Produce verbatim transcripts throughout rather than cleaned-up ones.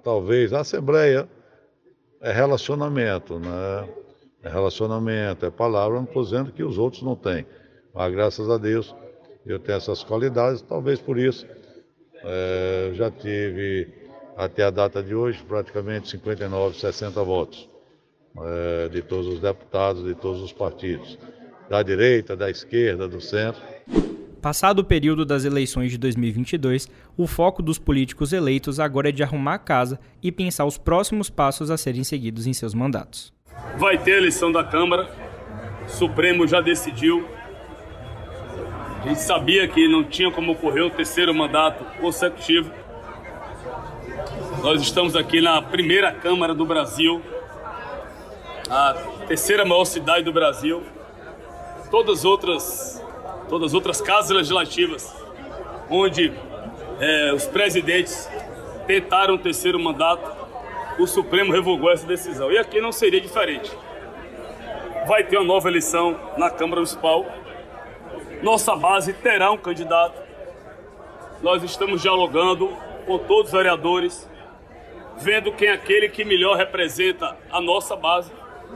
talvez, a Assembleia é relacionamento, né? É relacionamento, é palavra, não estou dizendo que os outros não têm. Mas graças a Deus eu tenho essas qualidades, talvez por isso é, eu já tive até a data de hoje praticamente cinquenta e nove, sessenta votos é, de todos os deputados, de todos os partidos, da direita, da esquerda, do centro. Passado o período das eleições de dois mil e vinte e dois, o foco dos políticos eleitos agora é de arrumar a casa e pensar os próximos passos a serem seguidos em seus mandatos. Vai ter eleição da Câmara, o Supremo já decidiu. A gente sabia que não tinha como ocorrer um terceiro mandato consecutivo. Nós estamos aqui na primeira Câmara do Brasil, a terceira maior cidade do Brasil. Todas as outras, todas as outras casas legislativas, onde é, os presidentes tentaram um terceiro mandato, o Supremo revogou essa decisão. E aqui não seria diferente. Vai ter uma nova eleição na Câmara Municipal. Nossa base terá um candidato. Nós estamos dialogando com todos os vereadores, vendo quem é aquele que melhor representa a nossa base.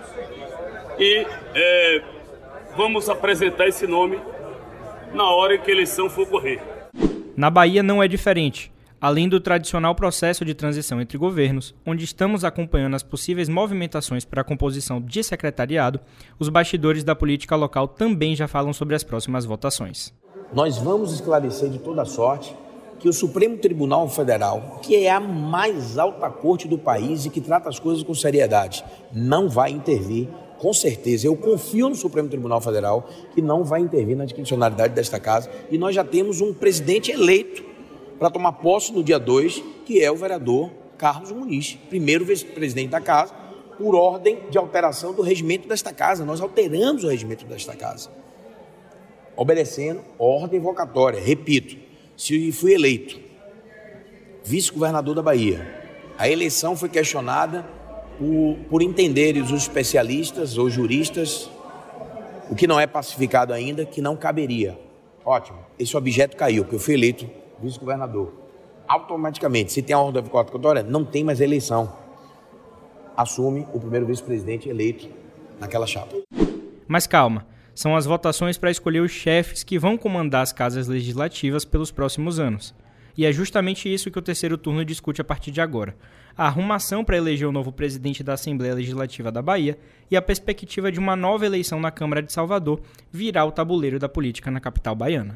E é, vamos apresentar esse nome na hora em que a eleição for ocorrer. Na Bahia não é diferente. Além do tradicional processo de transição entre governos, onde estamos acompanhando as possíveis movimentações para a composição de secretariado, os bastidores da política local também já falam sobre as próximas votações. Nós vamos esclarecer de toda sorte que o Supremo Tribunal Federal, que é a mais alta corte do país e que trata as coisas com seriedade, não vai intervir, com certeza. Eu confio no Supremo Tribunal Federal que não vai intervir na discricionalidade desta casa, e nós já temos um presidente eleito para tomar posse no dia dois, que é o vereador Carlos Muniz, primeiro vice-presidente da casa, por ordem de alteração do regimento desta casa. Nós alteramos o regimento desta casa, obedecendo ordem vocatória. Repito, se fui eleito vice-governador da Bahia, a eleição foi questionada por, por entenderem os especialistas ou juristas, o que não é pacificado ainda, que não caberia. Ótimo, esse objeto caiu, porque eu fui eleito vice-governador. Automaticamente, se tem a ordem vocatória, não tem mais eleição. Assume o primeiro vice-presidente eleito naquela chapa. Mas calma, são as votações para escolher os chefes que vão comandar as casas legislativas pelos próximos anos. E é justamente isso que o terceiro turno discute a partir de agora. A arrumação para eleger o novo presidente da Assembleia Legislativa da Bahia e a perspectiva de uma nova eleição na Câmara de Salvador virar o tabuleiro da política na capital baiana.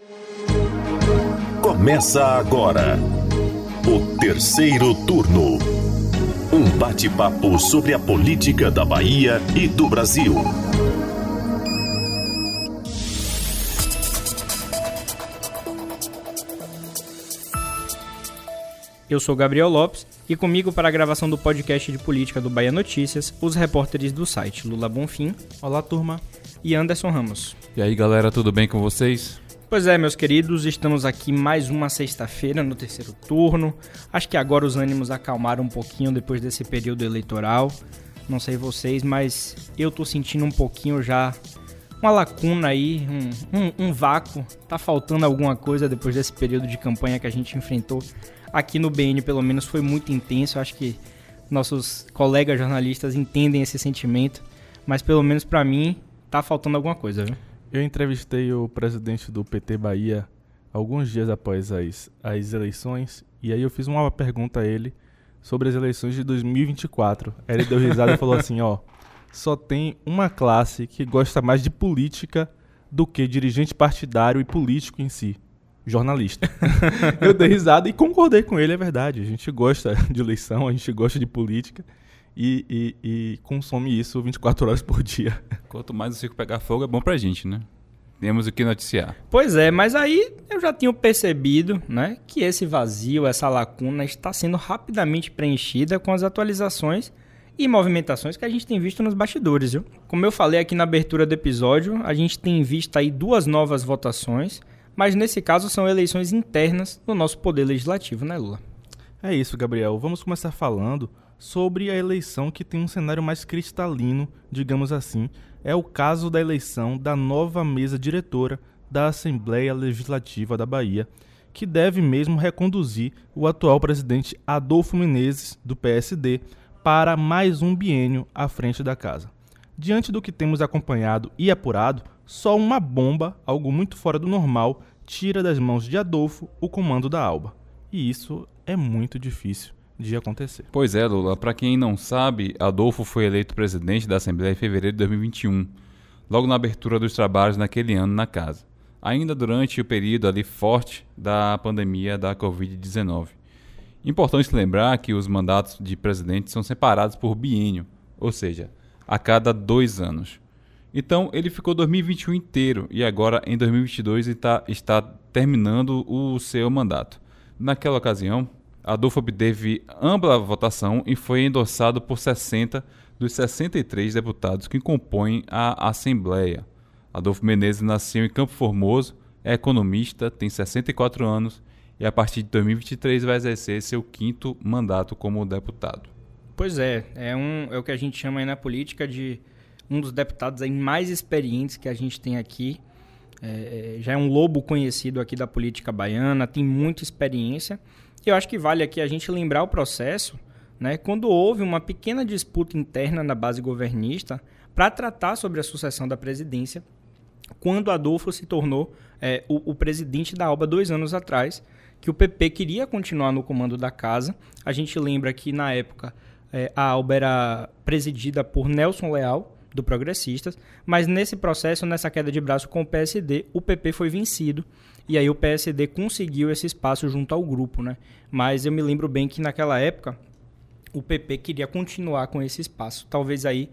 Começa agora o terceiro turno. Um bate-papo sobre a política da Bahia e do Brasil. Eu sou Gabriel Lopes e comigo para a gravação do podcast de política do Bahia Notícias, os repórteres do site Lula Bonfim. Olá, turma. E Anderson Ramos. E aí, galera, tudo bem com vocês? Pois é, meus queridos, estamos aqui mais uma sexta-feira no terceiro turno. Acho que agora os ânimos acalmaram um pouquinho depois desse período eleitoral. Não sei vocês, mas eu tô sentindo um pouquinho já uma lacuna aí, um, um, um vácuo. Tá faltando alguma coisa depois desse período de campanha que a gente enfrentou. Aqui no B N, pelo menos, foi muito intenso. Eu acho que nossos colegas jornalistas entendem esse sentimento. Mas pelo menos pra mim, tá faltando alguma coisa, viu? Eu entrevistei o presidente do P T Bahia alguns dias após as, as eleições, e aí eu fiz uma pergunta a ele sobre as eleições de dois mil e vinte e quatro. Aí ele deu risada e falou assim, ó, só tem uma classe que gosta mais de política do que dirigente partidário e político em si, jornalista. Eu dei risada e concordei com ele, é verdade, a gente gosta de eleição, a gente gosta de política. E, e, e consome isso vinte e quatro horas por dia. Quanto mais o circo pegar fogo, é bom pra gente, né? Temos o que noticiar. Pois é, mas aí eu já tinha percebido, né, que esse vazio, essa lacuna está sendo rapidamente preenchida com as atualizações e movimentações que a gente tem visto nos bastidores, viu? Como eu falei aqui na abertura do episódio, a gente tem visto aí duas novas votações, mas nesse caso são eleições internas do nosso poder legislativo, né, Lula? É isso, Gabriel. Vamos começar falando sobre a eleição que tem um cenário mais cristalino, digamos assim. É o caso da eleição da nova mesa diretora da Assembleia Legislativa da Bahia, que deve mesmo reconduzir o atual presidente Adolfo Menezes, do P S D, para mais um biênio à frente da casa. Diante do que temos acompanhado e apurado, só uma bomba, algo muito fora do normal, tira das mãos de Adolfo o comando da Alba. E isso é muito difícil de acontecer. Pois é, Lula. Para quem não sabe, Adolfo foi eleito presidente da Assembleia em fevereiro de dois mil e vinte e um, logo na abertura dos trabalhos naquele ano na casa, ainda durante o período ali forte da pandemia da covid dezenove. Importante lembrar que os mandatos de presidente são separados por biênio, ou seja, a cada dois anos. Então, ele ficou dois mil e vinte e um inteiro e agora, em dois mil e vinte e dois, está, está terminando o seu mandato. Naquela ocasião, Adolfo obteve ampla votação e foi endossado por sessenta dos sessenta e três deputados que compõem a Assembleia. Adolfo Menezes nasceu em Campo Formoso, é economista, tem sessenta e quatro anos e a partir de dois mil e vinte e três vai exercer seu quinto mandato como deputado. Pois é, é, um, é o que a gente chama aí na política de um dos deputados aí mais experientes que a gente tem aqui. É, já é um lobo conhecido aqui da política baiana, tem muita experiência. E eu acho que vale aqui a gente lembrar o processo, né, quando houve uma pequena disputa interna na base governista para tratar sobre a sucessão da presidência, quando Adolfo se tornou é, o, o presidente da Alba dois anos atrás, que o P P queria continuar no comando da casa. A gente lembra que, na época, é, a Alba era presidida por Nelson Leal, do Progressistas, mas nesse processo, nessa queda de braço com o P S D, o P P foi vencido e aí o P S D conseguiu esse espaço junto ao grupo, né? Mas eu me lembro bem que naquela época o P P queria continuar com esse espaço, talvez aí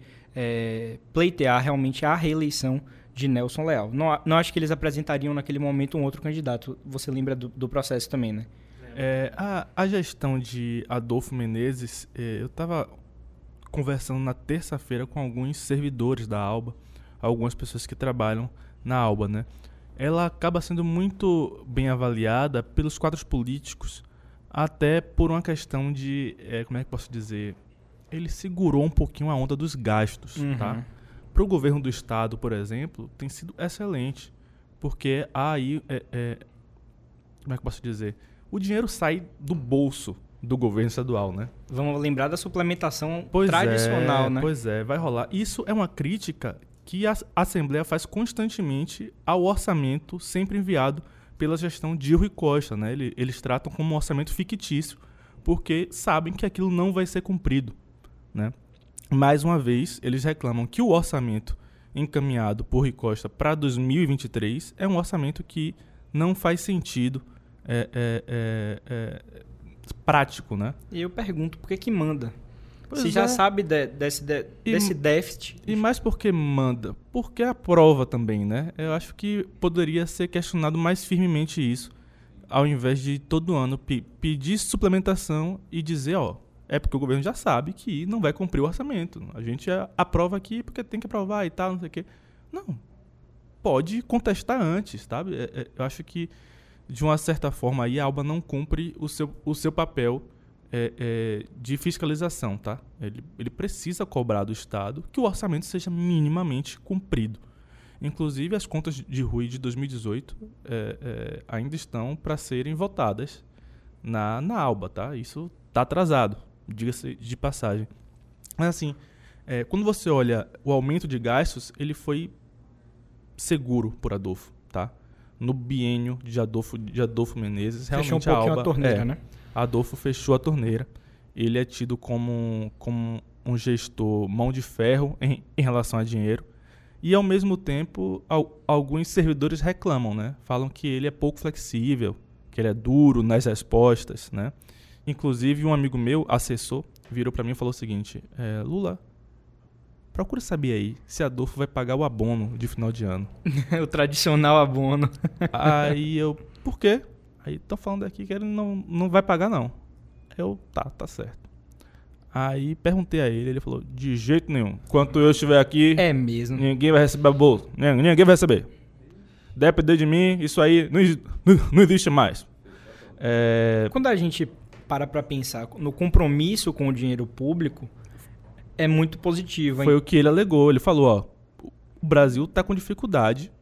é, pleitear realmente a reeleição de Nelson Leal. Não, não acho que eles apresentariam naquele momento um outro candidato. Você lembra do, do processo também, né? É, a, a gestão de Adolfo Menezes, é, eu estava conversando na terça-feira com alguns servidores da Alba, algumas pessoas que trabalham na Alba, né? Ela acaba sendo muito bem avaliada pelos quadros políticos, até por uma questão de, é, como é que posso dizer, ele segurou um pouquinho a onda dos gastos, uhum. tá? Para o governo do estado, por exemplo, tem sido excelente, porque aí, é, é, como é que eu posso dizer, o dinheiro sai do bolso do governo estadual, né? Vamos lembrar da suplementação pois tradicional, é, né? Pois é, vai rolar. Isso é uma crítica que a Assembleia faz constantemente ao orçamento sempre enviado pela gestão de Rui Costa, né? Eles, eles tratam como um orçamento fictício, porque sabem que aquilo não vai ser cumprido, né? Mais uma vez, eles reclamam que o orçamento encaminhado por Rui Costa para dois mil e vinte e três é um orçamento que não faz sentido é, é, é, é, prático, né? E eu pergunto, por que que manda? Pois Se é. já sabe de, desse, de, E- desse déficit. E mais porque manda, porque aprova também, né? Eu acho que poderia ser questionado mais firmemente isso, ao invés de todo ano pe- pedir suplementação e dizer, ó, é porque o governo já sabe que não vai cumprir o orçamento. A gente a- aprova aqui porque tem que aprovar e tal, não sei o quê. Não. Pode contestar antes, sabe? É- é- eu acho que, de uma certa forma, aí a Alba não cumpre o seu, o seu papel é, é, de fiscalização, tá? Ele, ele precisa cobrar do Estado que o orçamento seja minimamente cumprido. Inclusive, as contas de Rui de dois mil e dezoito é, é, ainda estão para serem votadas na, na Alba, tá? Isso está atrasado, diga-se de passagem. Mas assim, é, quando você olha o aumento de gastos, ele foi seguro por Adolfo, tá? No biênio de Adolfo, de Adolfo Menezes, Fechou um realmente a pouquinho Alba, a torneira, é, né? Adolfo fechou a torneira. Ele é tido como, como um gestor mão de ferro em, em relação a dinheiro. E, ao mesmo tempo, al, alguns servidores reclamam, né? Falam que ele é pouco flexível, que ele é duro nas respostas, né? Inclusive, um amigo meu, assessor, virou para mim e falou o seguinte, é, Lula, procura saber aí se Adolfo vai pagar o abono de final de ano. O tradicional abono. Aí eu, por quê? Aí estão falando aqui que ele não, não vai pagar, não. Eu, tá, tá certo. Aí perguntei a ele, ele falou, de jeito nenhum. Enquanto eu estiver aqui, É mesmo. ninguém vai receber a bolsa. Ninguém, ninguém vai receber. Depender de mim, isso aí não, exi- não, não existe mais. É, Quando a gente para para pensar no compromisso com o dinheiro público, é muito positivo, hein? foi o que ele alegou. Ele falou, ó, o Brasil tá com dificuldade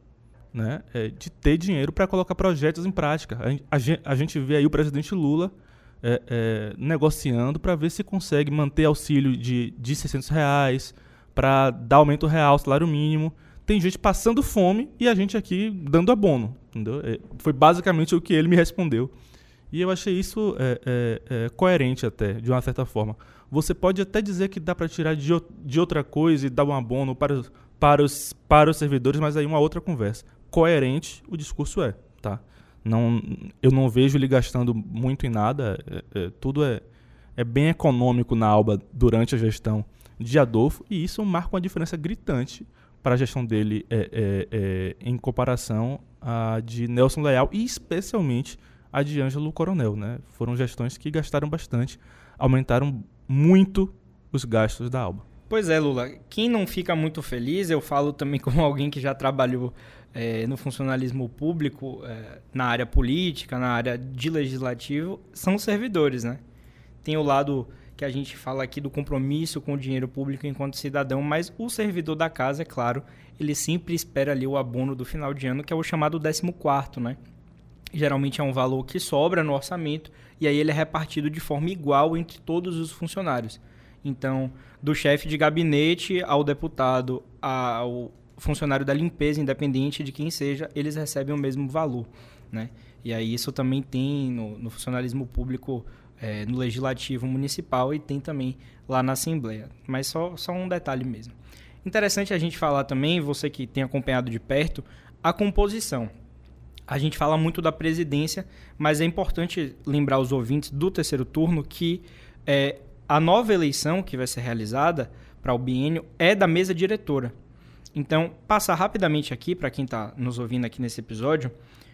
né, é, de ter dinheiro para colocar projetos em prática. A, a, a gente vê aí o presidente Lula é, é, negociando para ver se consegue manter auxílio de, de seiscentos reais, para dar aumento real, salário mínimo. Tem gente passando fome e a gente aqui dando abono. Entendeu? É, foi basicamente o que ele me respondeu. E eu achei isso é, é, é, coerente até, de uma certa forma. Você pode até dizer que dá para tirar de, de outra coisa e dar um abono para os, para, os, para os servidores, mas aí uma outra conversa. Coerente o discurso é, tá? Não, eu não vejo ele gastando muito em nada. É, é, tudo é, é bem econômico na Alba durante a gestão de Adolfo, e isso marca uma diferença gritante para a gestão dele é, é, é, em comparação à de Nelson Leal e especialmente a de Ângelo Coronel, né? Foram gestões que gastaram bastante, aumentaram muito os gastos da Alba. Pois é, Lula. Quem não fica muito feliz, eu falo também como alguém que já trabalhou é, no funcionalismo público, é, na área política, na área de legislativo, são os servidores, né? Tem o lado que a gente fala aqui do compromisso com o dinheiro público enquanto cidadão, mas o servidor da casa, é claro, ele sempre espera ali o abono do final de ano, que é o chamado décimo quarto, né? Geralmente é um valor que sobra no orçamento e aí ele é repartido de forma igual entre todos os funcionários. Então, do chefe de gabinete ao deputado, ao funcionário da limpeza, independente de quem seja, eles recebem o mesmo valor, né? E aí isso também tem no, no funcionalismo público, É, no Legislativo Municipal, e tem também lá na Assembleia. Mas só, só um detalhe mesmo. Interessante a gente falar também, você que tem acompanhado de perto, a composição. A gente fala muito da presidência, mas é importante lembrar aos ouvintes do terceiro turno que é, a nova eleição que vai ser realizada para o biênio é da mesa diretora. Então, passar rapidamente aqui, para quem está nos ouvindo aqui nesse episódio,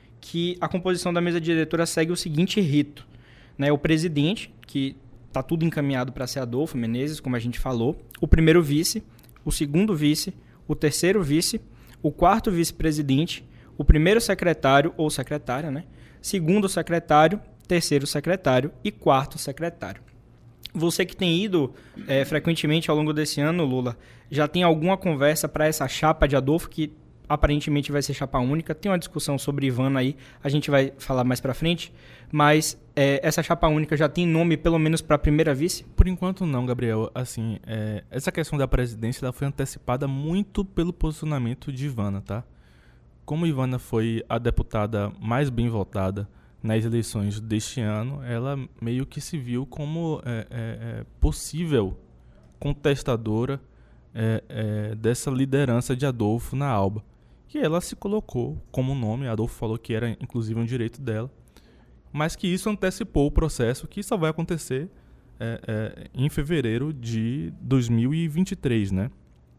que a composição da mesa diretora segue o seguinte rito. Né, o presidente, que está tudo encaminhado para ser Adolfo Menezes, como a gente falou, o primeiro vice, o segundo vice, o terceiro vice, o quarto vice-presidente, o primeiro secretário ou secretária, né, segundo secretário, terceiro secretário e quarto secretário. Você que tem ido é, frequentemente ao longo desse ano, Lula, já tem alguma conversa para essa chapa de Adolfo, que aparentemente vai ser chapa única? Tem uma discussão sobre Ivana aí, a gente vai falar mais para frente, mas é, essa chapa única já tem nome pelo menos para a primeira vice? Por enquanto não, Gabriel. Assim, é, essa questão da presidência ela foi antecipada muito pelo posicionamento de Ivana, tá? Como Ivana foi a deputada mais bem votada nas eleições deste ano, ela meio que se viu como é, é, possível contestadora é, é, dessa liderança de Adolfo na Alba. E ela se colocou como nome, Adolfo falou que era inclusive um direito dela, mas que isso antecipou o processo que só vai acontecer é, é, em fevereiro de dois mil e vinte e três, né?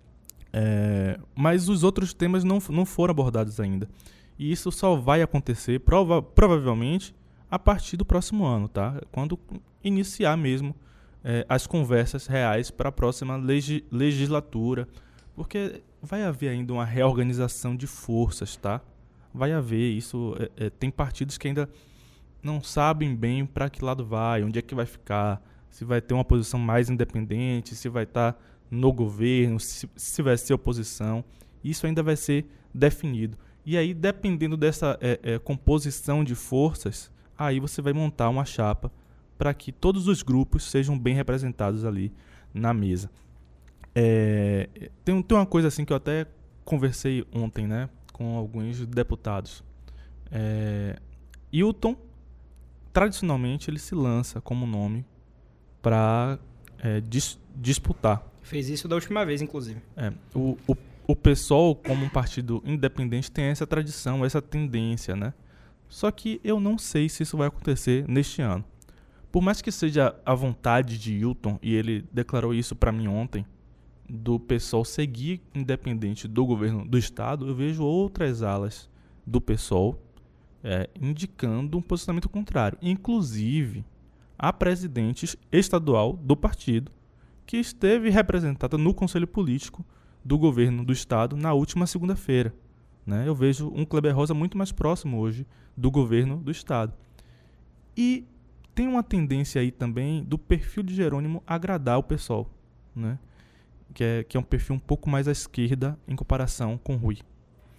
É, mas os outros temas não, não foram abordados ainda. E isso só vai acontecer, prova, provavelmente, a partir do próximo ano, tá? Quando iniciar mesmo é, as conversas reais para a próxima legi- legislatura, porque vai haver ainda uma reorganização de forças, tá? Vai haver isso. É, é, tem partidos que ainda não sabem bem para que lado vai, onde é que vai ficar, se vai ter uma posição mais independente, se vai estar tá no governo, se, se vai ser oposição. Isso ainda vai ser definido. E aí, dependendo dessa é, é, composição de forças, aí você vai montar uma chapa para que todos os grupos sejam bem representados ali na mesa. É, tem, tem uma coisa assim que eu até conversei ontem, né, com alguns deputados. É, Hilton, tradicionalmente, ele se lança como nome para é, dis, disputar. Fez isso da última vez, inclusive. É, o, o, o PSOL, como um partido independente, tem essa tradição, essa tendência, né? Só que eu não sei se isso vai acontecer neste ano. Por mais que seja a vontade de Hilton, e ele declarou isso para mim ontem, do PSOL seguir independente do governo do Estado, eu vejo outras alas do PSOL é, indicando um posicionamento contrário. Inclusive, a presidente estadual do partido, que esteve representada no Conselho Político do governo do Estado na última segunda-feira. Né? Eu vejo um Kleber Rosa muito mais próximo hoje do governo do Estado. E tem uma tendência aí também do perfil de Jerônimo agradar o PSOL, né? que, é, que é um perfil um pouco mais à esquerda em comparação com Rui.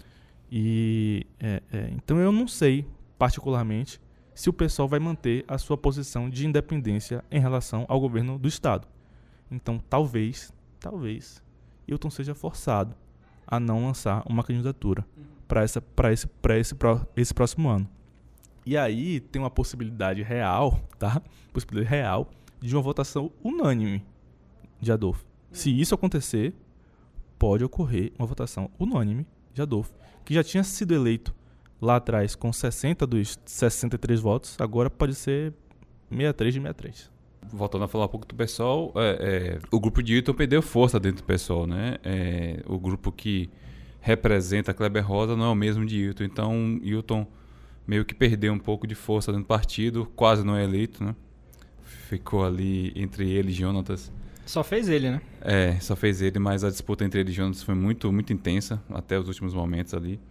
E é, é, então eu não sei, particularmente, se o pessoal vai manter a sua posição de independência em relação ao governo do Estado. Então, talvez, talvez, Hilton seja forçado a não lançar uma candidatura para essa, para esse, para esse, para esse próximo ano. E aí tem uma possibilidade real, tá? Possibilidade real de uma votação unânime de Adolfo. Se isso acontecer, pode ocorrer uma votação unânime de Adolfo, que já tinha sido eleito lá atrás com sessenta dos sessenta e três votos, agora pode ser sessenta e três de sessenta e três. Voltando a falar um pouco do pessoal, é, é, o grupo de Hilton perdeu força dentro do pessoal, né? É, o grupo que representa Kleber Rosa não é o mesmo de Hilton, então Hilton meio que perdeu um pouco de força dentro do partido, quase não é eleito, né? Ficou ali entre ele e Jonatas. Só fez ele, né? É, só fez ele, mas a disputa entre ele e Jonatas foi muito, muito intensa, até os últimos momentos ali.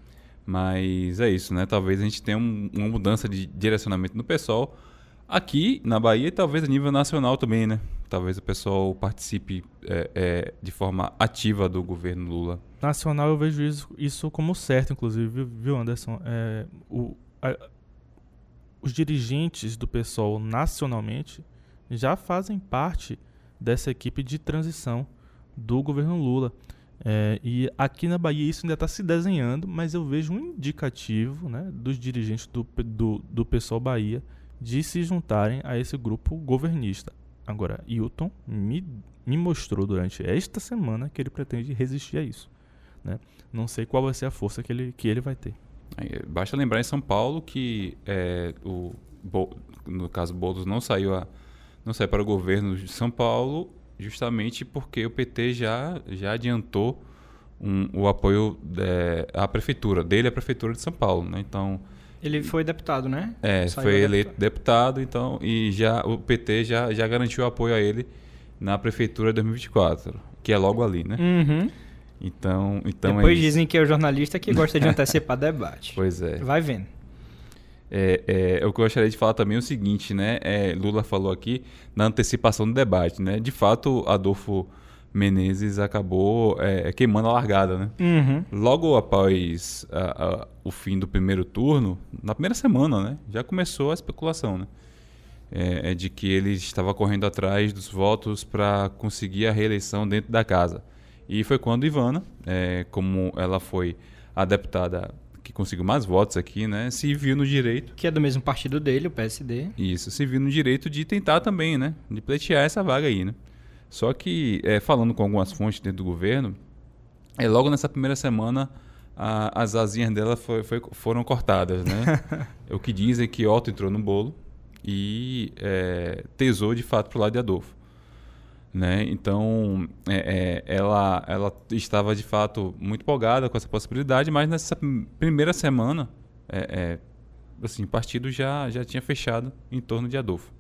Mas é isso, né? Talvez a gente tenha um, uma mudança de direcionamento no pessoal aqui na Bahia e talvez a nível nacional também, né? Talvez o pessoal participe é, é, de forma ativa do governo Lula. Nacional eu vejo isso, isso como certo, inclusive, viu, Anderson? É, o, a, os dirigentes do pessoal nacionalmente já fazem parte dessa equipe de transição do governo Lula. É, e aqui na Bahia isso ainda está se desenhando, mas eu vejo um indicativo, né, dos dirigentes do, do, do pessoal Bahia de se juntarem a esse grupo governista. Agora, Hilton me, me mostrou durante esta semana que ele pretende resistir a isso, né? Não sei qual vai ser a força que ele, que ele vai ter. Aí, basta lembrar em São Paulo que é, o, no caso Boulos não saiu, a, não saiu para o governo de São Paulo justamente porque o P T já, já adiantou um, o apoio é, à prefeitura, dele à prefeitura de São Paulo, né? Então, ele foi deputado, né? É, Saiu foi eleito deputado. deputado, então, e já, o P T já, já garantiu apoio a ele na prefeitura de dois mil e vinte e quatro, que é logo ali, né? Uhum. Então, então Depois é dizem que é o jornalista que gosta de antecipar debate. Pois é. Vai vendo. É, é, o que eu gostaria de falar também é o seguinte, né? É, Lula falou aqui na antecipação do debate, né? De fato, Adolfo Menezes acabou é, queimando a largada, né? Uhum. Logo após a, a, o fim do primeiro turno, na primeira semana, né? Já começou a especulação, né? É, é de que ele estava correndo atrás dos votos para conseguir a reeleição dentro da casa. E foi quando Ivana, é, como ela foi a deputada que conseguiu mais votos aqui, né, se viu no direito... Que é do mesmo partido dele, o P S D. Isso, se viu no direito de tentar também, né, de pleitear essa vaga aí, né. Só que, é, falando com algumas fontes dentro do governo, é, logo nessa primeira semana, a, as asinhas dela foi, foi, foram cortadas, né. O que dizem é que Otto entrou no bolo e é, tesou, de fato, pro lado de Adolfo. Né? Então, é, é, ela, ela estava de fato muito empolgada com essa possibilidade, mas nessa primeira semana, é, é, assim, o partido já, já tinha fechado em torno de Adolfo.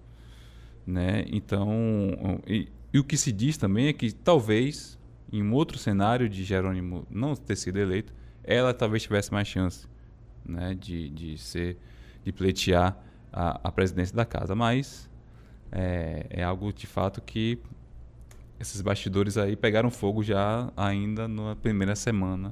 Né? Então, e, e o que se diz também é que talvez, em um outro cenário de Jerônimo não ter sido eleito, ela talvez tivesse mais chance, né, de, de, ser, de pleitear a, a presidência da casa, mas é, é algo de fato que esses bastidores aí pegaram fogo já ainda na primeira semana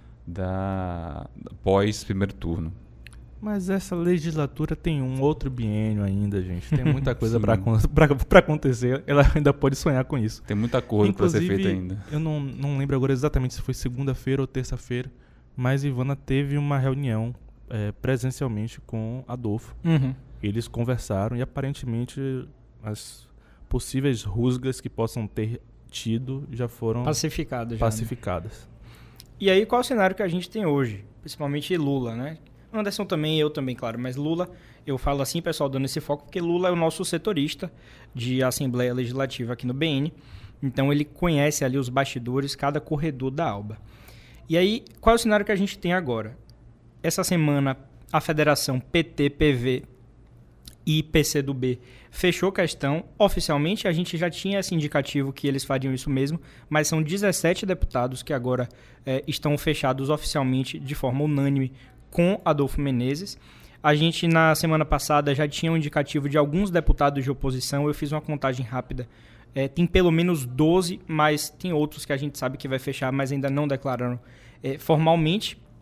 da pós primeiro turno. Mas essa legislatura tem um outro biênio ainda, gente. Tem muita coisa para acontecer. Ela ainda pode sonhar com isso. Tem muita coisa para ser feita ainda. Eu não, não lembro agora exatamente se foi segunda-feira ou terça-feira, mas Ivana teve uma reunião é, presencialmente com Adolfo. Uhum. Eles conversaram e aparentemente as possíveis rusgas que possam ter tido já foram pacificadas. pacificadas. Já, né? E aí, qual é o cenário que a gente tem hoje? Principalmente Lula, né? Anderson também, eu também, claro. Mas Lula, eu falo assim, pessoal, dando esse foco, porque Lula é o nosso setorista de Assembleia Legislativa aqui no B N. Então, ele conhece ali os bastidores, cada corredor da Alba. E aí, qual é o cenário que a gente tem agora? Essa semana, a federação P T, P V e P C do B fechou questão. Oficialmente, a gente já tinha esse indicativo que eles fariam isso mesmo, mas são dezessete deputados que agora é, estão fechados oficialmente de forma unânime com Adolfo Menezes. A gente, na semana passada, já tinha um indicativo de alguns deputados de oposição. Eu fiz uma contagem rápida. É, tem pelo menos doze, mas tem outros que a gente sabe que vai fechar, mas ainda não declararam é, formalmente.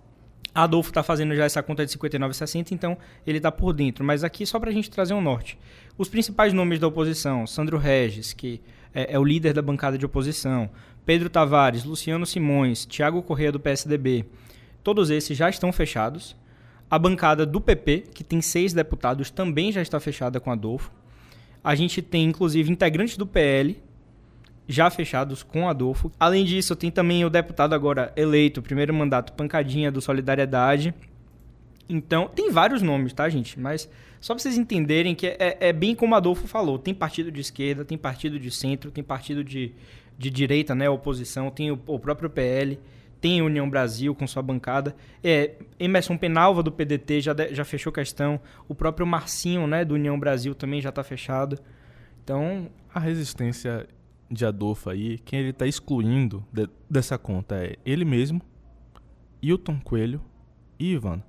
Adolfo está fazendo já essa conta de cinquenta e nove vírgula sessenta, então ele está por dentro. Mas aqui só para a gente trazer um norte. Os principais nomes da oposição, Sandro Regis, que é, é o líder da bancada de oposição, Pedro Tavares, Luciano Simões, Tiago Corrêa do P S D B, todos esses já estão fechados. A bancada do P P, que tem seis deputados, também já está fechada com Adolfo. A gente tem, inclusive, integrantes do P L já fechados com Adolfo. Além disso, tem também o deputado agora eleito, primeiro mandato, Pancadinha, do Solidariedade. Então, tem vários nomes, tá, gente? Mas só para vocês entenderem que é, é bem como Adolfo falou. Tem partido de esquerda, tem partido de centro, tem partido de, de direita, né, oposição, tem o, o próprio P L, tem a União Brasil com sua bancada. É, Emerson Penalva, do P D T, já, de, já fechou questão. O próprio Marcinho, né, do União Brasil, também já está fechado. Então, a resistência de Adolfo aí, quem ele está excluindo de, dessa conta é ele mesmo, Hilton Coelho e Ivan.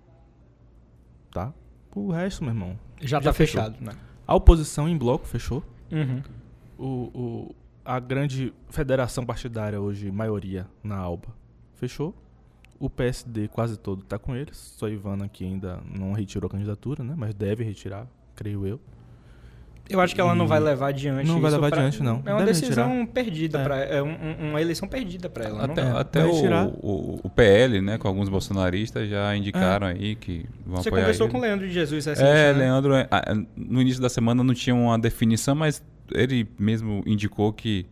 Tá? O resto, meu irmão, já está fechado, né? A oposição em bloco fechou. Uhum. O, o, a grande federação partidária hoje, maioria na Alba, fechou. O P S D quase todo está com eles. Só a Ivana que ainda não retirou a candidatura, né? Mas deve retirar, creio eu. Eu acho que ela não vai levar adiante. Não vai levar pra... adiante, não. É uma Deve decisão retirar. perdida, É. Pra... é um, uma eleição perdida para ela. Até, não... até vai o, tirar. o, o P L, né, com alguns bolsonaristas já indicaram É. aí que vão Você apoiar conversou ele. com o Leandro de Jesus recente, É, né? Leandro, é, a- no início da semana não tinha uma definição, mas ele mesmo indicou que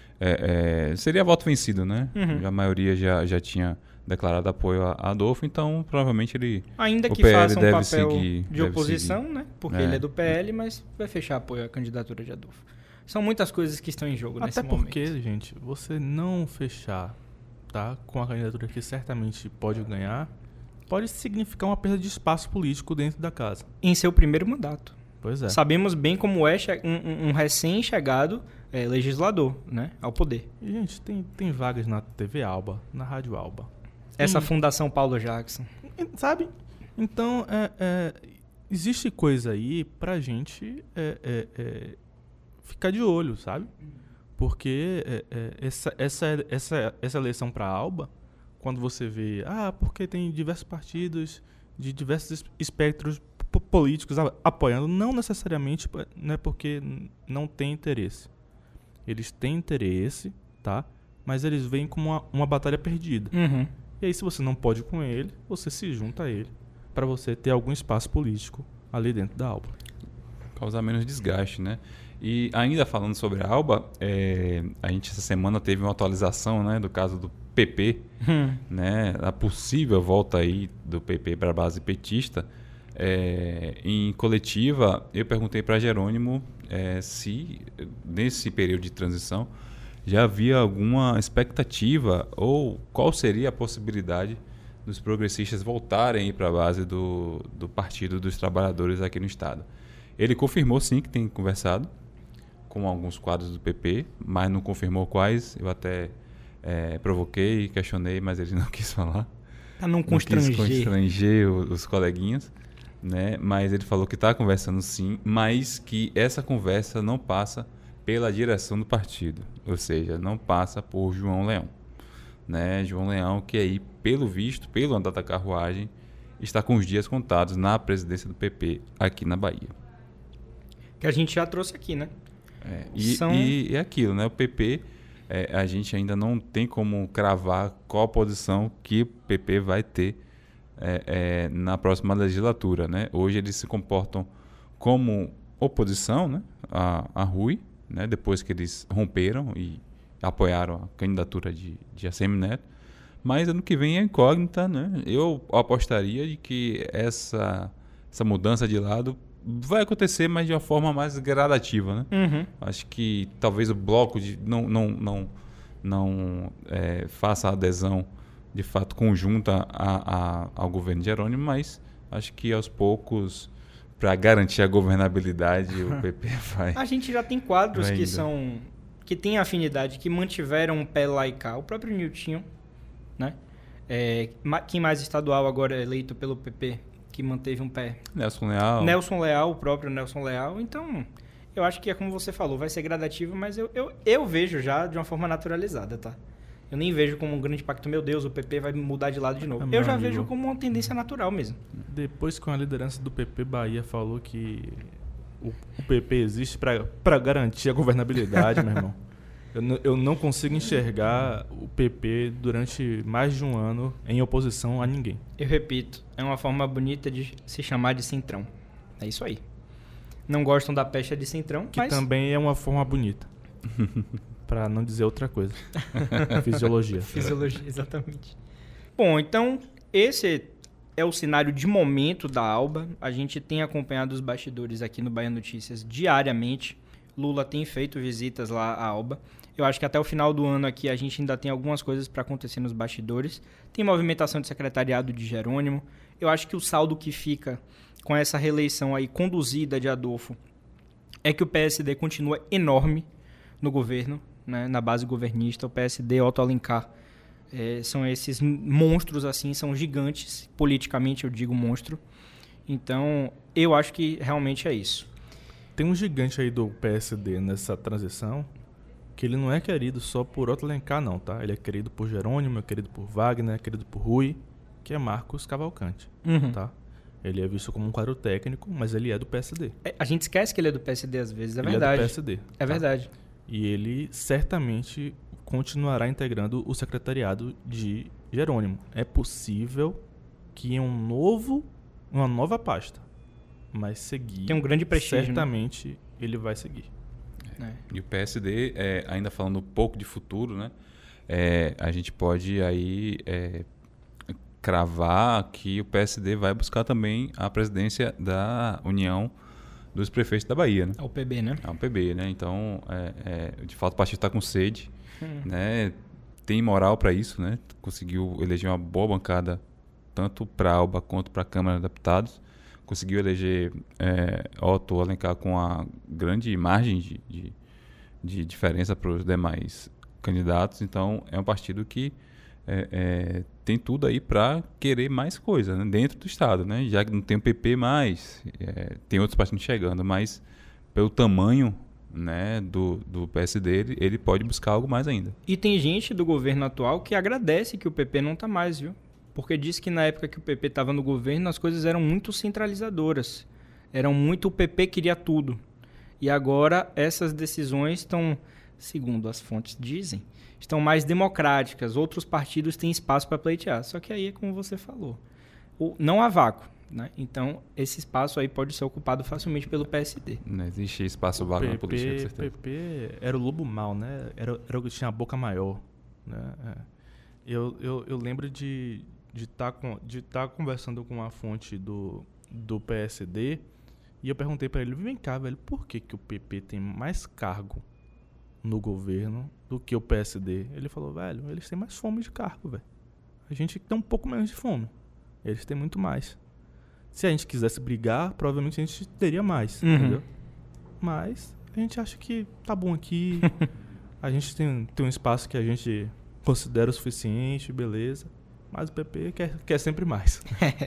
é, é, seria voto vencido, né? Uhum. A maioria já, já tinha declarado apoio a a Adolfo, então provavelmente ele... Ainda o que P L faça um deve papel seguir- de deve oposição, seguir. né? Porque É. ele é do P L, mas vai fechar apoio à candidatura de Adolfo. São muitas coisas que estão em jogo nesse Até momento. porque, gente, você não fechar, tá, com a candidatura que certamente pode ganhar, pode significar uma perda de espaço político dentro da casa. Em seu primeiro mandato. Pois é. Sabemos bem como é che- um, um- um recém-chegado é, legislador, né, ao poder. E, gente, tem, tem vagas na T V Alba, na Rádio Alba. Essa Tem- Fundação Paulo Jackson. Sabe? Então, é, é, existe coisa aí pra gente é, é, é, ficar de olho, sabe? Porque é, é, essa, essa, essa, essa eleição pra Alba, quando você vê, ah, porque tem diversos partidos de diversos es- espectros p- políticos a- apoiando, não necessariamente p- não é porque n- não tem interesse. Eles têm interesse, tá? Mas eles veem como uma, uma batalha perdida. Uhum. E aí, se você não pode ir com ele, você se junta a ele para você ter algum espaço político ali dentro da Alba. Causar menos desgaste, né? E ainda falando sobre a Alba, é, a gente essa semana teve uma atualização, né, do caso do P P, Hum. né, a possível volta aí do P P para a base petista. É, em coletiva, eu perguntei para Jerônimo é, se nesse período de transição já havia alguma expectativa ou qual seria a possibilidade dos progressistas voltarem para a base do, do Partido dos Trabalhadores aqui no estado. Ele confirmou sim que tem conversado com alguns quadros do P P, mas não confirmou quais. Eu até é, provoquei, questionei, mas ele não quis falar. Pra não Não quis constranger. constranger o- os coleguinhas, né? Mas ele falou que está conversando sim, mas que essa conversa não passa pela direção do partido, ou seja, não passa por João Leão, né? João Leão que aí, pelo visto, pelo andar da carruagem, está com os dias contados na presidência do P P aqui na Bahia. Que a gente já trouxe aqui, né? É, e, São- e é aquilo, né? O P P, é, a gente ainda não tem como cravar qual a posição que o P P vai ter é, é, na próxima legislatura, né? Hoje eles se comportam como oposição, né? A, a Rui, né? Depois que eles romperam e apoiaram a candidatura de, de A C M Neto. Mas ano que vem é incógnita, né? Eu apostaria de que essa, essa mudança de lado vai acontecer, mas de uma forma mais gradativa, né? Uhum. Acho que talvez o bloco de, não, não, não, não é, faça a adesão de fato conjunta a, a, ao governo de Jerônimo, mas acho que aos poucos, para garantir a governabilidade, o P P vai... A gente já tem quadros Vai que indo. são que têm afinidade, que mantiveram um pé lá e cá. O próprio Niltinho, né? É, ma- quem mais estadual agora é eleito pelo P P, que manteve um pé. Nelson Leal... Nelson Leal, o próprio Nelson Leal. Então, eu acho que é como você falou, vai ser gradativo, mas eu, eu, eu vejo já de uma forma naturalizada, tá? Eu nem vejo como um grande impacto, meu Deus, o P P vai mudar de lado de novo. É, eu já amigo. vejo como uma tendência natural mesmo. Depois que a liderança do P P Bahia falou que o, o P P existe para garantir a governabilidade, meu irmão. Eu, n- eu não consigo enxergar o P P durante mais de um ano em oposição a ninguém. Eu repito, é uma forma bonita de se chamar de centrão. É isso aí. Não gostam da pecha de centrão, Que mas... também é uma forma bonita. Para não dizer outra coisa. Fisiologia. Fisiologia, exatamente. Bom, então, esse é o cenário de momento da Alba. A gente tem acompanhado os bastidores aqui no Bahia Notícias diariamente. Lula tem feito visitas lá à Alba. Eu acho que até o final do ano aqui a gente ainda tem algumas coisas para acontecer nos bastidores. Tem movimentação de secretariado de Jerônimo. Eu acho que o saldo que fica com essa reeleição aí conduzida de Adolfo é que o P S D continua enorme no governo, né, na base governista. O P S D, Otto Alencar, é, são esses monstros assim, são gigantes. Politicamente eu digo monstro. Então, eu acho que realmente é isso. Tem um gigante aí do P S D nessa transição que ele não é querido só por Otto Alencar, não, tá? Ele é querido por Jerônimo, é querido por Wagner, é querido por Rui, que é Marcos Cavalcante, Uhum. tá? Ele é visto como um quadro técnico, mas ele é do P S D. É, a gente esquece que ele é do P S D às vezes, é ele verdade. é do P S D. É tá? verdade. E ele certamente continuará integrando o secretariado de Jerônimo. É possível que em um novo, uma nova pasta, mas seguir... Tem um grande prestígio, né? Certamente ele vai seguir. É. E o P S D, é, ainda falando um pouco de futuro, né? É, a gente pode aí é, cravar que o P S D vai buscar também a presidência da União dos Prefeitos da Bahia, né? É o P B, né? É um P B, né? Então, é, é, de fato, o partido está com sede, Hum. né? Tem moral para isso, né? Conseguiu eleger uma boa bancada tanto para a Alba quanto para a Câmara de Deputados. Conseguiu eleger é, Otto Alencar com a grande margem de, de, de diferença para os demais candidatos. Então, é um partido que é, é, tem tudo aí para querer mais coisa, né, dentro do Estado, né? Já que não tem o P P mais, é, tem outros partidos chegando, mas pelo tamanho, né, do, do P S D, ele, ele pode buscar algo mais ainda. E tem gente do governo atual que agradece que o P P não tá mais, viu? Porque diz que na época que o P P estava no governo, as coisas eram muito centralizadoras. Eram muito... O P P queria tudo. E agora essas decisões estão, segundo as fontes dizem, estão mais democráticas. Outros partidos têm espaço para pleitear. Só que aí é como você falou. O, não há vácuo, né? Então, esse espaço aí pode ser ocupado facilmente pelo P S D. Não existe espaço vago na política, com certeza. P P era o lobo mau, né? Era, era o que tinha a boca maior, né? É. Eu, eu, eu lembro de de estar tá de tá conversando com uma fonte do, do P S D e eu perguntei para ele, vem cá, velho, por que, que o P P tem mais cargo no governo do que o P S D? Ele falou, velho, eles têm mais fome de cargo, velho. A gente tem um pouco menos de fome. Eles têm muito mais. Se a gente quisesse brigar, provavelmente a gente teria mais, Uhum. entendeu? Mas a gente acha que tá bom aqui. A gente tem, tem um espaço que a gente considera o suficiente, beleza. Mas o P P quer, quer sempre mais.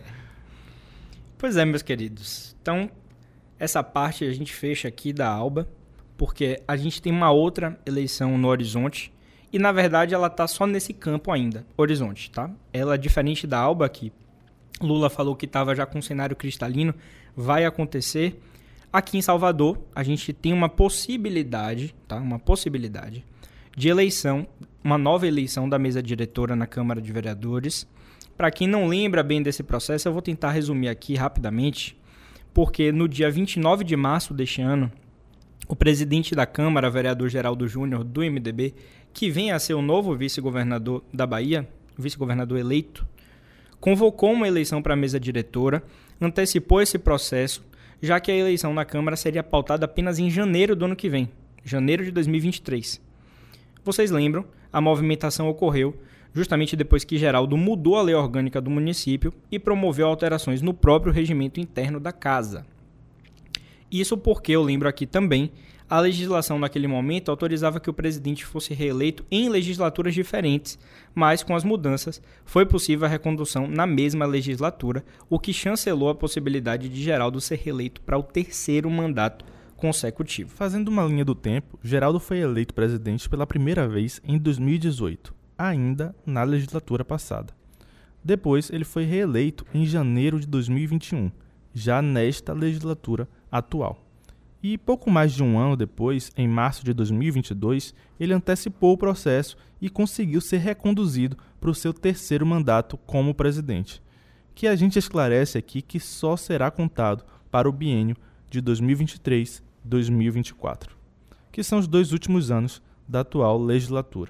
Pois é, meus queridos. Então, essa parte a gente fecha aqui da Alba, porque a gente tem uma outra eleição no horizonte e, na verdade, ela tá só nesse campo ainda, horizonte, tá? Ela, diferente da Alba, que Lula falou que estava já com um cenário cristalino, vai acontecer. Aqui em Salvador, a gente tem uma possibilidade, tá? Uma possibilidade de eleição, uma nova eleição da mesa diretora na Câmara de Vereadores. Para quem não lembra bem desse processo, eu vou tentar resumir aqui rapidamente, porque no dia vinte e nove de março deste ano, o presidente da Câmara, vereador Geraldo Júnior, do M D B, que vem a ser o novo vice-governador da Bahia, vice-governador eleito, convocou uma eleição para a mesa diretora, antecipou esse processo, já que a eleição na Câmara seria pautada apenas em janeiro do ano que vem, janeiro de dois mil e vinte e três. Vocês lembram, a movimentação ocorreu justamente depois que Geraldo mudou a lei orgânica do município e promoveu alterações no próprio regimento interno da casa. Isso porque, eu lembro aqui também, a legislação naquele momento autorizava que o presidente fosse reeleito em legislaturas diferentes, mas com as mudanças foi possível a recondução na mesma legislatura, o que chancelou a possibilidade de Geraldo ser reeleito para o terceiro mandato consecutivo. Fazendo uma linha do tempo, Geraldo foi eleito presidente pela primeira vez em dois mil e dezoito. ainda na legislatura passada. Depois, ele foi reeleito em janeiro de dois mil e vinte e um, já nesta legislatura atual. E pouco mais de um ano depois, em março de dois mil e vinte e dois, ele antecipou o processo e conseguiu ser reconduzido para o seu terceiro mandato como presidente, que a gente esclarece aqui que só será contado para o biênio de dois mil e vinte e três a dois mil e vinte e quatro, que são os dois últimos anos da atual legislatura.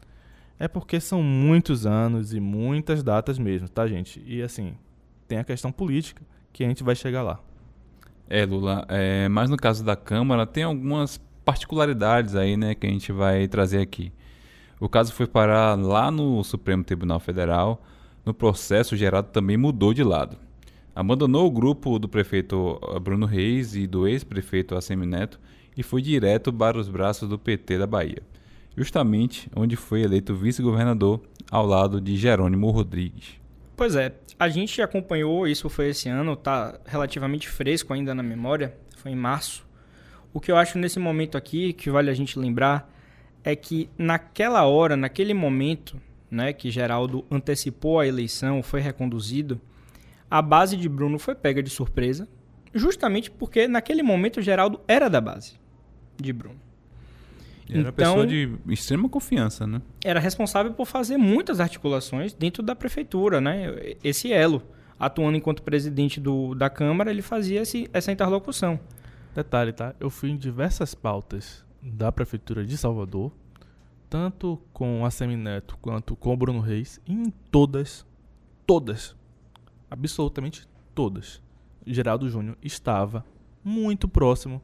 É porque são muitos anos e muitas datas mesmo, tá, gente? E assim, tem a questão política que a gente vai chegar lá. É, Lula, é, mas no caso da Câmara tem algumas particularidades aí, né, que a gente vai trazer aqui. O caso foi parar lá no Supremo Tribunal Federal. No processo, o Geraldo também mudou de lado. Abandonou o grupo do prefeito Bruno Reis e do ex-prefeito Assemineto e foi direto para os braços do P T da Bahia, justamente onde foi eleito vice-governador ao lado de Jerônimo Rodrigues. Pois é, a gente acompanhou, isso foi esse ano, tá relativamente fresco ainda na memória, foi em março. O que eu acho nesse momento aqui, que vale a gente lembrar, é que naquela hora, naquele momento, né, que Geraldo antecipou a eleição, foi reconduzido, a base de Bruno foi pega de surpresa, justamente porque naquele momento Geraldo era da base de Bruno. Era então, pessoa de extrema confiança, né? Era responsável por fazer muitas articulações dentro da prefeitura, né? Esse elo, atuando enquanto presidente do, da Câmara, ele fazia esse, essa interlocução. Detalhe, tá? Eu fui em diversas pautas da prefeitura de Salvador, tanto com o Assemineto quanto com o Bruno Reis, e em todas, todas, absolutamente todas, Geraldo Júnior estava muito próximo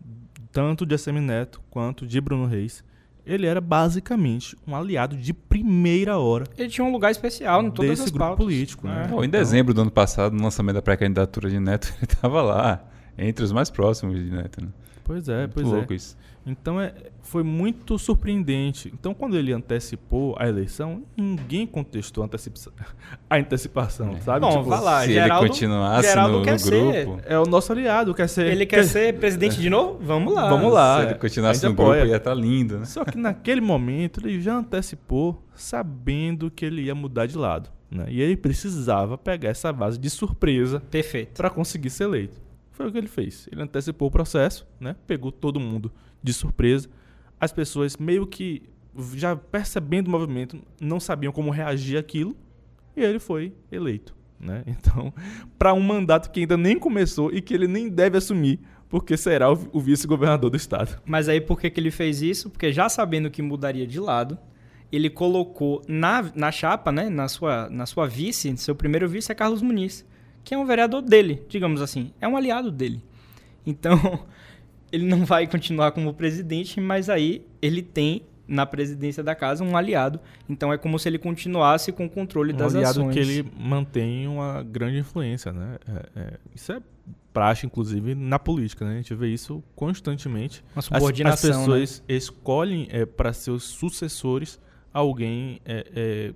tanto de Assemineto quanto de Bruno Reis. Ele era basicamente um aliado de primeira hora. Ele tinha um lugar especial em todas desse as grupo pautas. político, né? É. Pô, em dezembro do ano passado, no lançamento da pré-candidatura de Neto, ele estava lá, entre os mais próximos de Neto, né? Pois é, Muito pois louco é. Isso. Então é, foi muito surpreendente. Então, quando ele antecipou a eleição, ninguém contestou a, antecipa- a antecipação, É. sabe? Bom, Tipo, vai lá, se Geraldo, ele continuasse Geraldo no, quer no ser- grupo, é o nosso aliado, quer ser. Ele quer ser presidente de novo? Vamos lá. Vamos lá. se ele continuasse a no gente grupo, apoia. ia estar lindo, né? Só que naquele momento ele já antecipou, sabendo que ele ia mudar de lado, né? E ele precisava pegar essa base de surpresa Perfeito. para conseguir ser eleito. Foi o que ele fez. Ele antecipou o processo, né? Pegou todo mundo de surpresa. As pessoas meio que já percebendo o movimento não sabiam como reagir àquilo e ele foi eleito, né? Então, para um mandato que ainda nem começou e que ele nem deve assumir, porque será o, o vice-governador do estado. Mas aí por que, que ele fez isso? Porque já sabendo que mudaria de lado, ele colocou na, na chapa, né, na sua, na sua vice, seu primeiro vice é Carlos Muniz, que é um vereador dele, digamos assim, é um aliado dele. Então, ele não vai continuar como presidente, mas aí ele tem na presidência da casa um aliado. Então é como se ele continuasse com o controle Um das aliado ações. que ele mantém uma grande influência, né? É, é, isso é praxe, inclusive, na política, né? A gente vê isso constantemente. Uma As, subordinação, as pessoas escolhem é, para seus sucessores alguém é, é,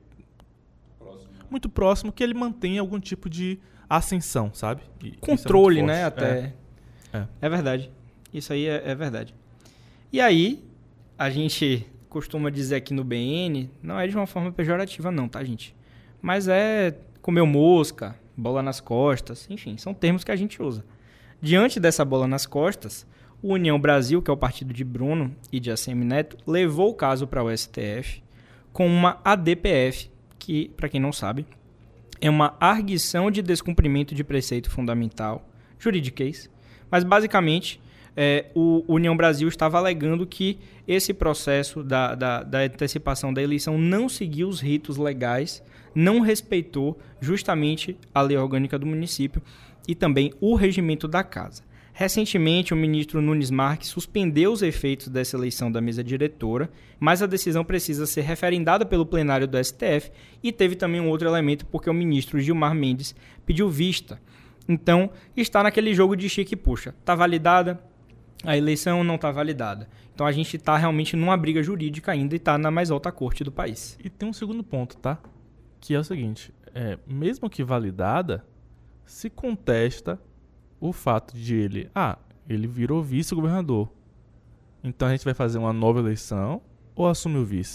muito próximo que ele mantenha algum tipo de ascensão, sabe? E isso é muito Controle, forte. né? Até. É. É. é verdade. Isso aí é, é verdade. E aí, a gente costuma dizer aqui no B N, não é de uma forma pejorativa não, tá, gente? Mas é comeu mosca, bola nas costas, enfim, são termos que a gente usa. Diante dessa bola nas costas, o União Brasil, que é o partido de Bruno e de Assemineto, levou o caso para o S T F com uma A D P F, que, para quem não sabe, é uma arguição de descumprimento de preceito fundamental, juridiquês, mas basicamente é, o União Brasil estava alegando que esse processo da, da, da antecipação da eleição não seguiu os ritos legais, não respeitou justamente a lei orgânica do município e também o regimento da casa. Recentemente, o ministro Nunes Marques suspendeu os efeitos dessa eleição da mesa diretora, mas a decisão precisa ser referendada pelo plenário do S T F e teve também um outro elemento porque o ministro Gilmar Mendes pediu vista. Então, está naquele jogo de chique e puxa. Está validada a eleição ou não está validada? Então, a gente está realmente numa briga jurídica ainda e está na mais alta corte do país. E tem um segundo ponto, tá? Que é o seguinte, é, mesmo que validada, se contesta o fato de ele, ah, ele virou vice-governador. Então a gente vai fazer uma nova eleição ou assumir o vice?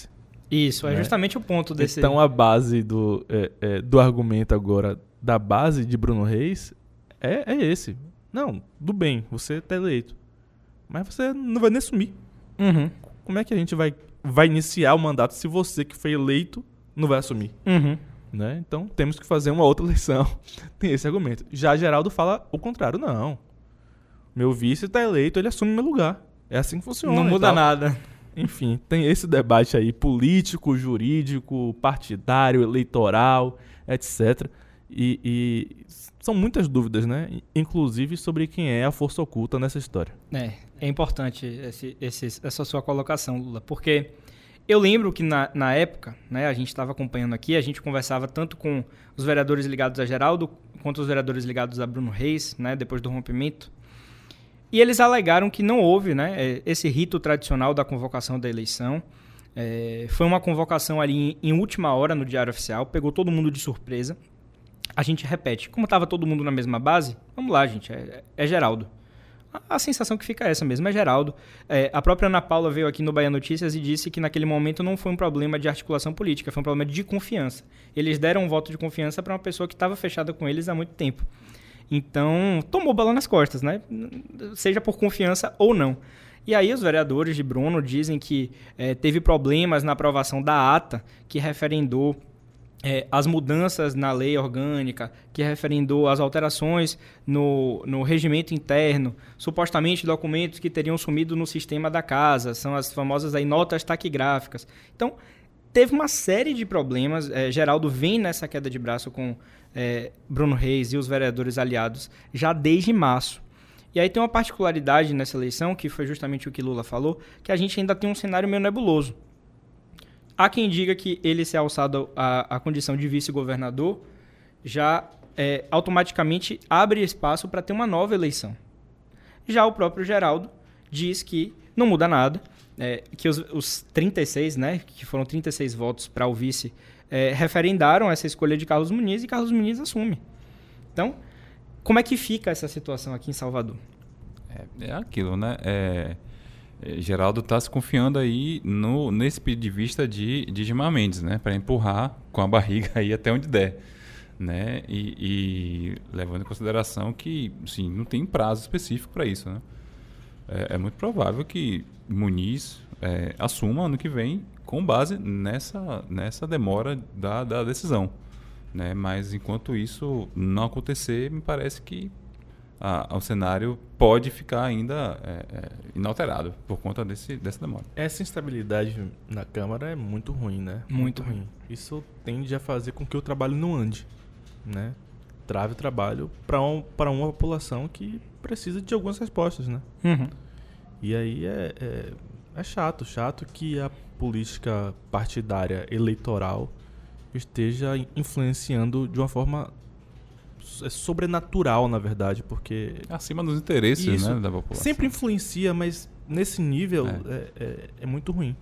Isso, é né? justamente o ponto desse... Então a base do, é, é, do argumento agora, da base de Bruno Reis, é, é esse. Não, tudo bem, você tá eleito. Mas você não vai nem assumir. Uhum. Como é que a gente vai, vai iniciar o mandato se você que foi eleito não vai assumir? Uhum. Né? Então temos que fazer uma outra eleição. Tem esse argumento. Já Geraldo fala o contrário. Não. Meu vice tá eleito, ele assume meu lugar. É assim que funciona. Não muda nada. Enfim, tem esse debate aí político, jurídico, partidário, eleitoral, etcétera. E, e são muitas dúvidas, né? Inclusive sobre quem é a força oculta nessa história. É, é importante esse, esse, essa sua colocação, Lula, porque eu lembro que na, na época, né, a gente estava acompanhando aqui, a gente conversava tanto com os vereadores ligados a Geraldo quanto os vereadores ligados a Bruno Reis, né, depois do rompimento. E eles alegaram que não houve, né, esse rito tradicional da convocação da eleição. É, foi uma convocação ali em, em última hora no Diário Oficial, pegou todo mundo de surpresa. A gente repete, como estava todo mundo na mesma base, vamos lá, gente, é, é Geraldo. A, a sensação que fica é essa mesmo, é Geraldo. É, a própria Ana Paula veio aqui no Bahia Notícias e disse que naquele momento não foi um problema de articulação política, foi um problema de confiança. Eles deram um voto de confiança para uma pessoa que estava fechada com eles há muito tempo. Então, tomou bola nas costas, né? Seja por confiança ou não. E aí os vereadores de Bruno dizem que é, teve problemas na aprovação da ata que referendou é, as mudanças na lei orgânica, que referendou as alterações no, no regimento interno, supostamente documentos que teriam sumido no sistema da casa, são as famosas aí, notas taquigráficas. Então, teve uma série de problemas. É, Geraldo vem nessa queda de braço com é, Bruno Reis e os vereadores aliados já desde março. E aí tem uma particularidade nessa eleição, que foi justamente o que Lula falou, que a gente ainda tem um cenário meio nebuloso. Há quem diga que ele ser alçado à, à condição de vice-governador já é, automaticamente abre espaço para ter uma nova eleição. Já o próprio Geraldo diz que não muda nada, é, que os, os trinta e seis, né, que foram trinta e seis votos para o vice, é, referendaram essa escolha de Carlos Muniz e Carlos Muniz assume. Então, como é que fica essa situação aqui em Salvador? É, é aquilo, né? É, é, Geraldo está se confiando aí no, nesse pedido de vista de, de Gilmar Mendes, né? Para empurrar com a barriga aí até onde der. Né? E, e levando em consideração que assim, não tem prazo específico para isso. Né? É, é muito provável que Muniz é, assuma ano que vem com base nessa, nessa demora da, da decisão. Né? Mas enquanto isso não acontecer, me parece que a, o cenário pode ficar ainda é, é, inalterado por conta desse, dessa demora. Essa instabilidade na Câmara é muito ruim, né? Muito, muito ruim. Isso tende a fazer com que o trabalho não ande, né? Trave o trabalho para um, para uma população que precisa de algumas respostas, né? Uhum. E aí é, é, é chato, chato que a política partidária eleitoral esteja influenciando de uma forma sobrenatural, na verdade, porque... Acima dos interesses, isso, né, da população. Sempre influencia, mas nesse nível é, é, é, é muito ruim.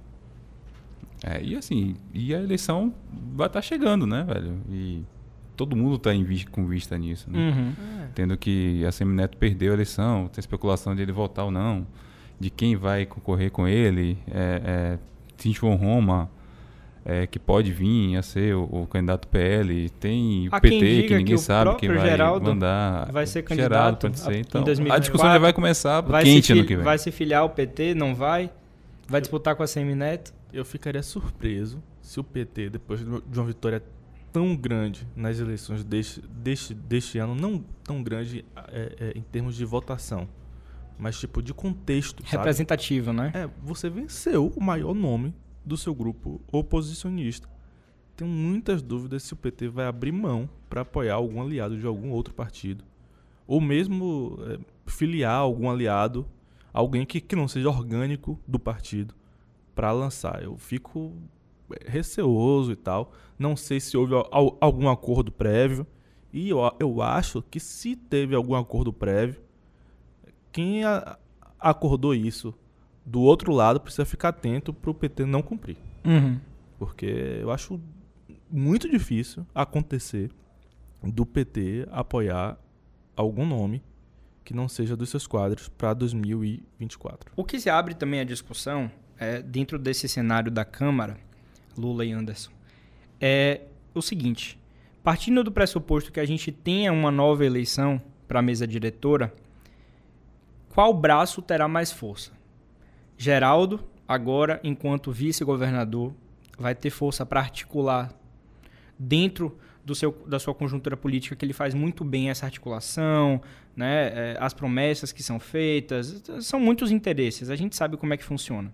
É, e assim, e a eleição vai estar tá chegando, né, velho? E todo mundo está vi- com vista nisso, né? Uhum. É. Tendo que a Semineto perdeu a eleição, tem especulação de ele voltar ou não, de quem vai concorrer com ele, é, é, Tinchon Roma, é, que pode vir a ser o, o candidato P L, tem Há P quem T diga que ninguém que o sabe quem vai Geraldo mandar. vai ser Geraldo candidato pode ser. a- em Então, dois mil e vinte e quatro. a discussão já vai começar Vai quente se, ano fil- que vem. vai se filiar ao P T? Não vai? Vai disputar com a Semineto? Eu ficaria surpreso se o P T, depois de uma vitória tão grande nas eleições deste, deste, deste ano, não tão grande é, é, em termos de votação, mas tipo de contexto, sabe? Representativo, né? É, você venceu o maior nome do seu grupo oposicionista. Tenho muitas dúvidas se o P T vai abrir mão para apoiar algum aliado de algum outro partido, ou mesmo é, filiar algum aliado, alguém que, que não seja orgânico do partido, para lançar. Eu fico receoso e tal. Não sei se houve al- algum acordo prévio. E eu, eu acho que se teve algum acordo prévio, quem a, acordou isso do outro lado precisa ficar atento para o P T não cumprir. Uhum. Porque eu acho muito difícil acontecer do P T apoiar algum nome que não seja dos seus quadros para dois mil e vinte e quatro. O que se abre também a discussão é, dentro desse cenário da Câmara, Lula e Anderson. É o seguinte, partindo do pressuposto que a gente tenha uma nova eleição para a mesa diretora, qual braço terá mais força? Geraldo, agora, enquanto vice-governador, vai ter força para articular dentro do seu, da sua conjuntura política, que ele faz muito bem essa articulação, né? É, as promessas que são feitas, são muitos interesses, a gente sabe como é que funciona.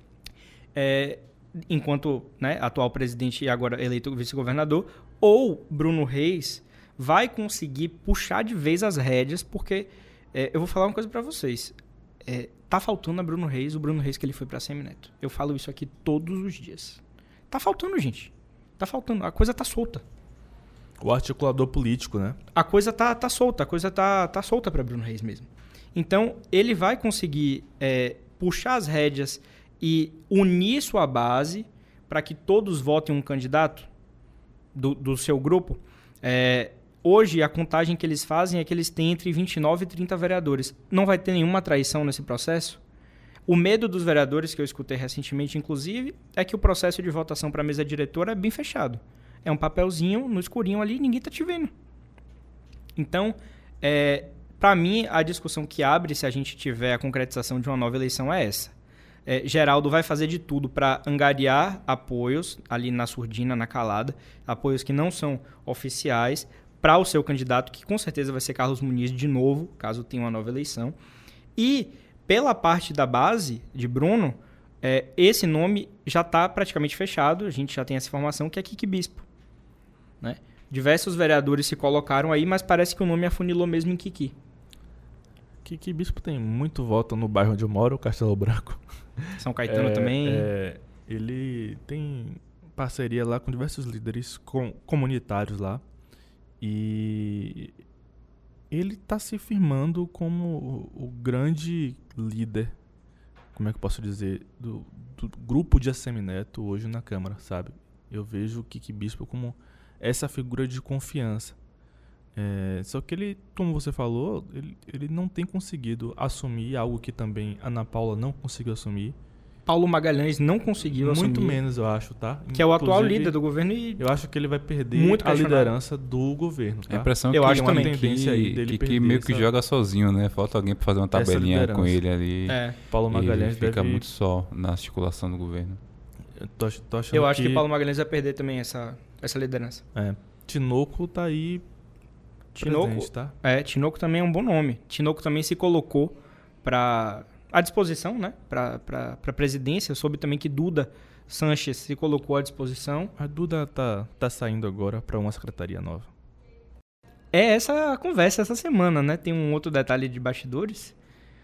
É, enquanto, né, atual presidente e agora eleito vice-governador, ou Bruno Reis vai conseguir puxar de vez as rédeas, porque é, eu vou falar uma coisa para vocês. É, tá faltando a Bruno Reis, o Bruno Reis que ele foi para Semineto. Eu falo isso aqui todos os dias. Tá faltando, gente. Tá faltando. A coisa tá solta. O articulador político, né? A coisa tá, tá solta. A coisa tá, tá solta para Bruno Reis mesmo. Então, ele vai conseguir é, puxar as rédeas e unir sua base para que todos votem um candidato do, do seu grupo. É, hoje, a contagem que eles fazem é que eles têm entre vinte e nove e trinta vereadores. Não vai ter nenhuma traição nesse processo? O medo dos vereadores, que eu escutei recentemente, inclusive, é que o processo de votação para a mesa diretora é bem fechado. É um papelzinho no escurinho ali e ninguém está te vendo. Então, é, para mim, a discussão que abre se a gente tiver a concretização de uma nova eleição é essa. É, Geraldo vai fazer de tudo para angariar apoios ali na surdina, na calada, apoios que não são oficiais, para o seu candidato, que com certeza vai ser Carlos Muniz de novo, caso tenha uma nova eleição. E, pela parte da base de Bruno, é, esse nome já está praticamente fechado, a gente já tem essa informação, que é Kiki Bispo. Né? Diversos vereadores se colocaram aí, mas parece que o nome afunilou mesmo em Kiki. Kiki Bispo tem muito voto no bairro onde eu moro, Castelo Branco. São Caetano é, também. É, ele tem parceria lá com diversos líderes com, comunitários lá. E ele está se firmando como o, o grande líder, como é que eu posso dizer, do, do grupo de Assemineto hoje na Câmara, sabe? Eu vejo o Kiki Bispo como essa figura de confiança. É, só que ele, como você falou, ele, ele não tem conseguido assumir algo que também a Ana Paula não conseguiu assumir. Paulo Magalhães não conseguiu Muito assumir. Muito menos, eu acho, tá? Que é o atual líder do governo e... Eu acho que ele vai perder muito a liderança do governo, tá? A impressão eu que acho uma também tendência aí dele que, que meio que essa... joga sozinho, né? Falta alguém para fazer uma tabelinha com ele ali. É. Paulo Magalhães e fica deve... muito só na articulação do governo. Eu, tô, tô achando eu acho que... que Paulo Magalhães vai perder também essa, essa liderança. É. Tinoco tá aí Tinoco, presente, tá? É, Tinoco também é um bom nome. Tinoco também se colocou para à disposição, né? Para a presidência. Eu soube também que Duda Sanches se colocou à disposição. A Duda tá, tá saindo agora para uma secretaria nova. É essa a conversa essa semana, né? Tem um outro detalhe de bastidores.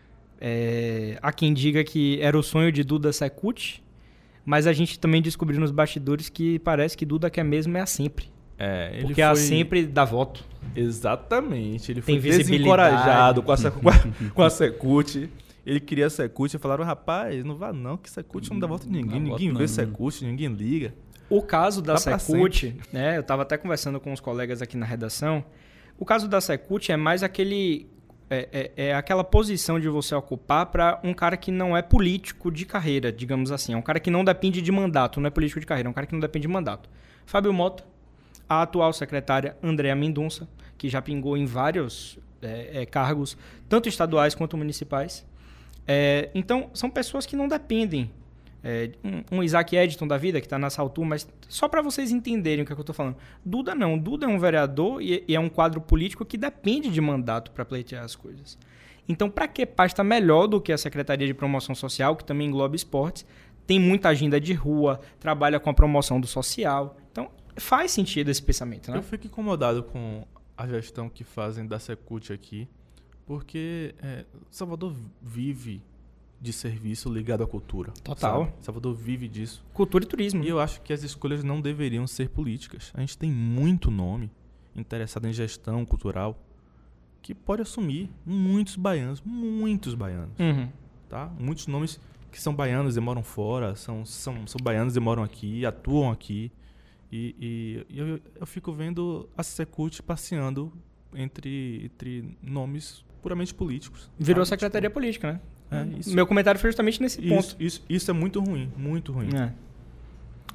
É, há quem diga que era o sonho de Duda Secute, mas a gente também descobriu nos bastidores que parece que Duda quer mesmo é a Sempre. É, ele Porque foi... a Sempre dá voto. Exatamente. Ele Tem foi desencorajado com a, com, a, com a Secute. Ele queria Secute e falaram, rapaz, não vá não, que Secute não dá voto em ninguém. Não Ninguém voto vê não. Secute, ninguém liga. O caso da Dá pra Secute, né, eu estava até conversando com os colegas aqui na redação, o caso da Secute é mais aquele, é, é, é aquela posição de você ocupar para um cara que não é político de carreira, digamos assim. É um cara que não depende de mandato, não é político de carreira, é um cara que não depende de mandato. Fábio Mota, a atual secretária Andréa Mendonça, que já pingou em vários é, é, cargos, tanto estaduais quanto municipais. É, então, são pessoas que não dependem. É, um, um Isaac Edton da vida, que está na Saltur, mas só para vocês entenderem o que, é que eu estou falando. Duda não. Duda é um vereador e, e é um quadro político que depende de mandato para pleitear as coisas. Então, para que pasta melhor do que a Secretaria de Promoção Social, que também engloba esportes, tem muita agenda de rua, trabalha com a promoção do social. Então, faz sentido esse pensamento, né? Eu fico incomodado com a gestão que fazem da Secute aqui, porque é, Salvador vive de serviço ligado à cultura. Total. Sabe? Salvador vive disso. Cultura e turismo. E eu acho que as escolhas não deveriam ser políticas. A gente tem muito nome interessado em gestão cultural que pode assumir muitos baianos, muitos baianos. Uhum. Tá? Muitos nomes que são baianos e moram fora, são, são, são baianos e moram aqui, atuam aqui. E, e eu, eu fico vendo a Secute passeando entre, entre nomes puramente políticos. Virou sabe? secretaria Tipo, política, né? é, isso, Meu comentário foi justamente nesse isso, ponto. Isso, isso é muito ruim, muito ruim. É.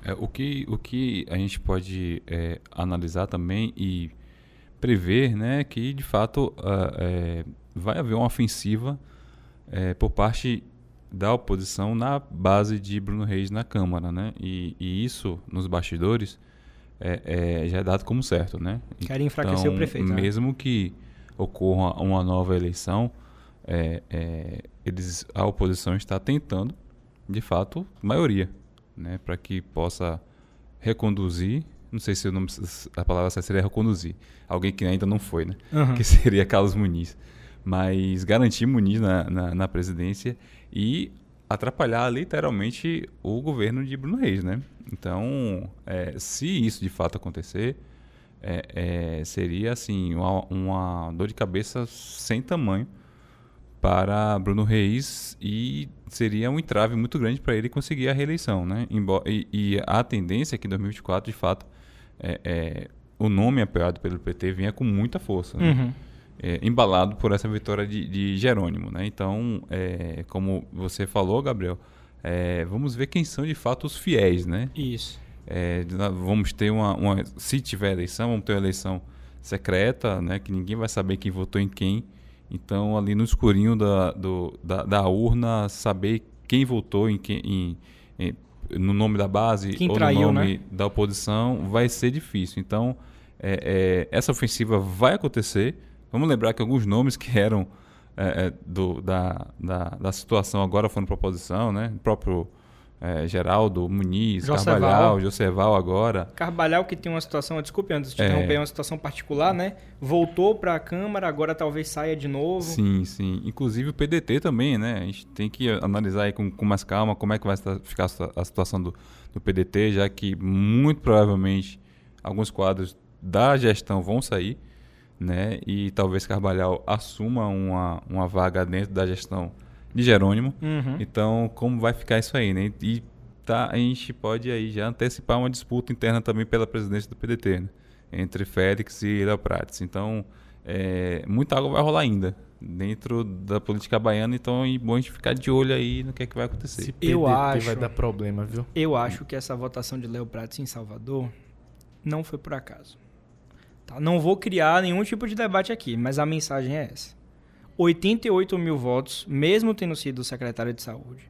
É, o, que, o que a gente pode é, analisar também e prever, né, que de fato uh, é, vai haver uma ofensiva é, por parte da oposição na base de Bruno Reis na Câmara, né? E, e isso, nos bastidores, é, é, já é dado como certo, né? Querem enfraquecer então, o prefeito. Mesmo né? que ocorra uma nova eleição, é, é, eles, a oposição está tentando, de fato, maioria, né? Para que possa reconduzir, não sei se o nome, a palavra certa seria reconduzir, alguém que ainda não foi, né? Uhum. Que seria Carlos Muniz. Mas garantir Muniz na, na, na presidência e atrapalhar literalmente o governo de Bruno Reis, né? Então, é, se isso de fato acontecer, é, é, seria assim uma, uma dor de cabeça sem tamanho para Bruno Reis e seria um entrave muito grande para ele conseguir a reeleição, né? Embora, e, e a tendência é que em dois mil e vinte e quatro, de fato, é, é, o nome apoiado pelo P T vinha com muita força, né? Uhum. É, embalado por essa vitória de, de Jerônimo, né? Então, é, como você falou, Gabriel, é, vamos ver quem são de fato os fiéis, né? Isso. É, vamos ter uma, uma, se tiver eleição, vamos ter uma eleição secreta, né? Que ninguém vai saber quem votou em quem. Então, ali no escurinho da, do, da, da urna, saber quem votou em quem, em, em, no nome da base quem ou traiu, no nome né? da oposição, vai ser difícil. Então, é, é, essa ofensiva vai acontecer. Vamos lembrar que alguns nomes que eram é, é, do, da, da, da situação agora foram proposição, né? O próprio é, Geraldo Muniz, Joceval. Carvalhal, Joceval agora. Carvalhal, que tem uma situação, desculpe antes de te É. interromper, uma situação particular, né? Voltou para a Câmara, agora talvez saia de novo. Sim, sim. Inclusive o P D T também, né? A gente tem que analisar aí com, com mais calma como é que vai ficar a situação do, do P D T, já que muito provavelmente alguns quadros da gestão vão sair. Né? E talvez Carvalhal assuma uma, uma vaga dentro da gestão de Jerônimo. Uhum. Então, como vai ficar isso aí? Né? E tá, a gente pode aí já antecipar uma disputa interna também pela presidência do P D T, né? Entre Félix e Léo Prates. Então, é, muita água vai rolar ainda dentro da política baiana. Então, é bom a gente ficar de olho aí no que é que vai acontecer. Esse P D T Eu acho, vai dar problema, viu? Eu acho que essa votação de Léo Prates em Salvador não foi por acaso. Tá? Não vou criar nenhum tipo de debate aqui, mas a mensagem é essa. oitenta e oito mil votos, mesmo tendo sido secretário de saúde,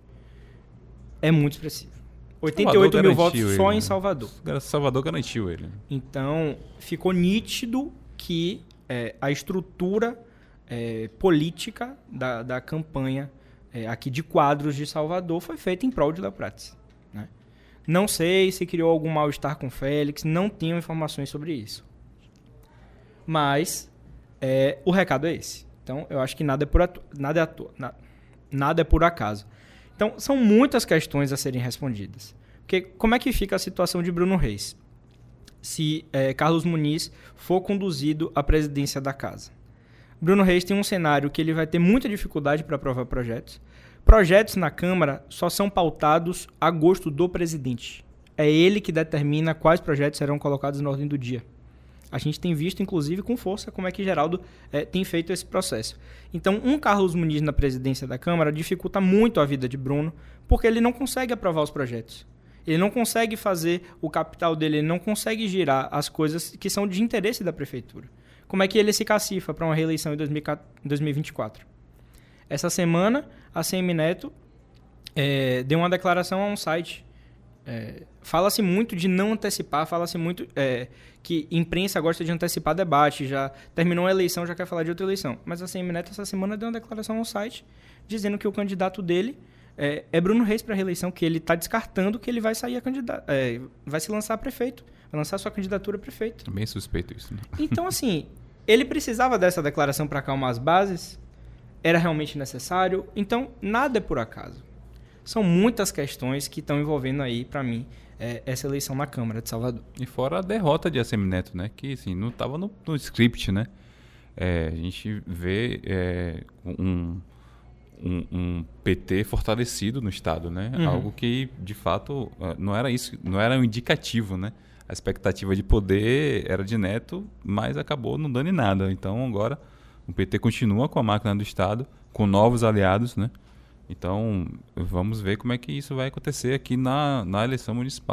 é muito expressivo. oitenta e oito mil votos só ele, em Salvador. Né? Salvador garantiu ele. Então, ficou nítido que é, a estrutura é, política da, da campanha é, aqui de quadros de Salvador foi feita em prol de Léo Prates. Né? Não sei se criou algum mal-estar com Félix, não tenho informações sobre isso. Mas é, o recado é esse. Então, eu acho que nada é por, atu- nada é atu- na- nada é por acaso. Então, são muitas questões a serem respondidas. Porque como é que fica a situação de Bruno Reis? Se é, Carlos Muniz for conduzido à presidência da casa. Bruno Reis tem um cenário que ele vai ter muita dificuldade para aprovar projetos. Projetos na Câmara só são pautados a gosto do presidente. É ele que determina quais projetos serão colocados na ordem do dia. A gente tem visto, inclusive, com força, como é que Geraldo é, tem feito esse processo. Então, um Carlos Muniz na presidência da Câmara dificulta muito a vida de Bruno, porque ele não consegue aprovar os projetos. Ele não consegue fazer o capital dele, ele não consegue girar as coisas que são de interesse da prefeitura. Como é que ele se cacifa para uma reeleição em dois mil e vinte e quatro? Essa semana, a Semineto é, deu uma declaração a um site. É, fala-se muito de não antecipar, fala-se muito é, que imprensa gosta de antecipar debate, já terminou a eleição, já quer falar de outra eleição. Mas a Semineto essa semana deu uma declaração ao site dizendo que o candidato dele é, é Bruno Reis para a reeleição, que ele está descartando que ele vai sair a candidato, é, vai se lançar a prefeito, vai lançar sua candidatura a prefeito. É bem suspeito isso, né? Então, assim, ele precisava dessa declaração para acalmar as bases? Era realmente necessário? Então, nada é por acaso. São muitas questões que estão envolvendo aí, para mim, é, essa eleição na Câmara de Salvador. E fora a derrota de Assemineto, né? Que assim, não estava no, no script, né? É, a gente vê é, um, um, um P T fortalecido no Estado, né? Uhum. Algo que, de fato, não era isso, não era um indicativo, né? A expectativa de poder era de Neto, mas acabou não dando em nada. Então, agora, o P T continua com a máquina do Estado, com novos aliados, né? Então, vamos ver como é que isso vai acontecer aqui na, na eleição municipal.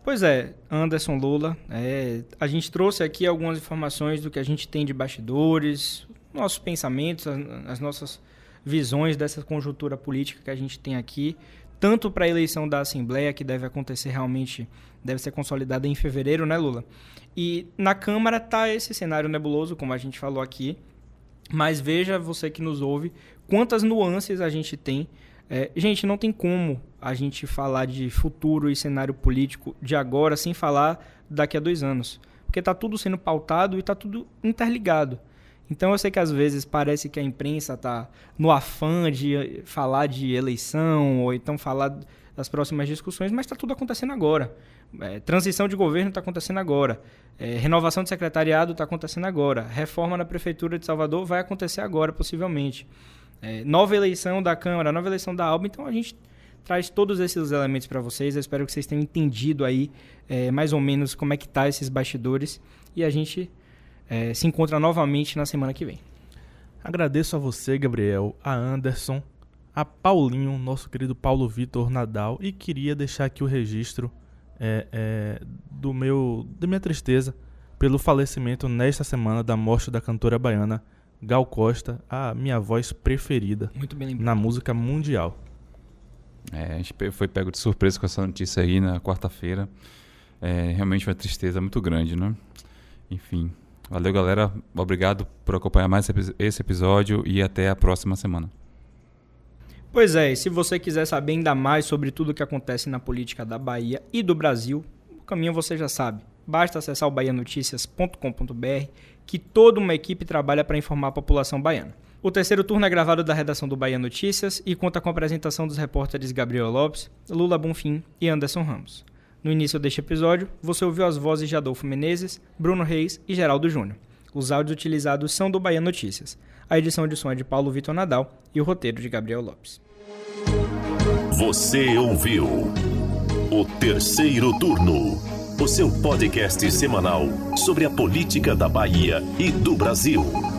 Pois é, Anderson, Lula, é, a gente trouxe aqui algumas informações do que a gente tem de bastidores, nossos pensamentos, as, as nossas visões dessa conjuntura política que a gente tem aqui, tanto para a eleição da Assembleia, que deve acontecer realmente, deve ser consolidada em fevereiro, né, Lula? E na Câmara está esse cenário nebuloso, como a gente falou aqui, mas veja você que nos ouve, quantas nuances a gente tem. É, gente, não tem como a gente falar de futuro e cenário político de agora sem falar daqui a dois anos. Porque está tudo sendo pautado e está tudo interligado. Então eu sei que às vezes parece que a imprensa está no afã de falar de eleição ou então falar das próximas discussões, mas está tudo acontecendo agora. É, transição de governo está acontecendo agora. É, renovação de secretariado está acontecendo agora. Reforma na Prefeitura de Salvador vai acontecer agora, possivelmente. É, nova eleição da Câmara, nova eleição da Alba. Então a gente traz todos esses elementos para vocês. Eu espero que vocês tenham entendido aí é, mais ou menos como é que tá esses bastidores. E a gente é, se encontra novamente na semana que vem. Agradeço a você, Gabriel, a Anderson, a Paulinho, nosso querido Paulo Vitor Nadal. E queria deixar aqui o registro é, é, do meu, da minha tristeza pelo falecimento nesta semana da morte da cantora baiana Gal Costa, a minha voz preferida. Muito bem lembrado. Na música mundial. É, a gente foi pego de surpresa com essa notícia aí na quarta-feira. É realmente uma tristeza muito grande, né? Enfim, valeu, galera. Obrigado por acompanhar mais esse episódio e até a próxima semana. Pois é, e se você quiser saber ainda mais sobre tudo o que acontece na política da Bahia e do Brasil, o caminho você já sabe. Basta acessar o bahia noticias ponto com ponto b r, que toda uma equipe trabalha para informar a população baiana. O terceiro turno é gravado da redação do Bahia Notícias e conta com a apresentação dos repórteres Gabriel Lopes, Lula Bonfim e Anderson Ramos. No início deste episódio, você ouviu as vozes de Adolfo Menezes, Bruno Reis e Geraldo Júnior. Os áudios utilizados são do Bahia Notícias. A edição de som é de Paulo Vitor Nadal e o roteiro de Gabriel Lopes. Você ouviu o Terceiro Turno, o seu podcast semanal sobre a política da Bahia e do Brasil.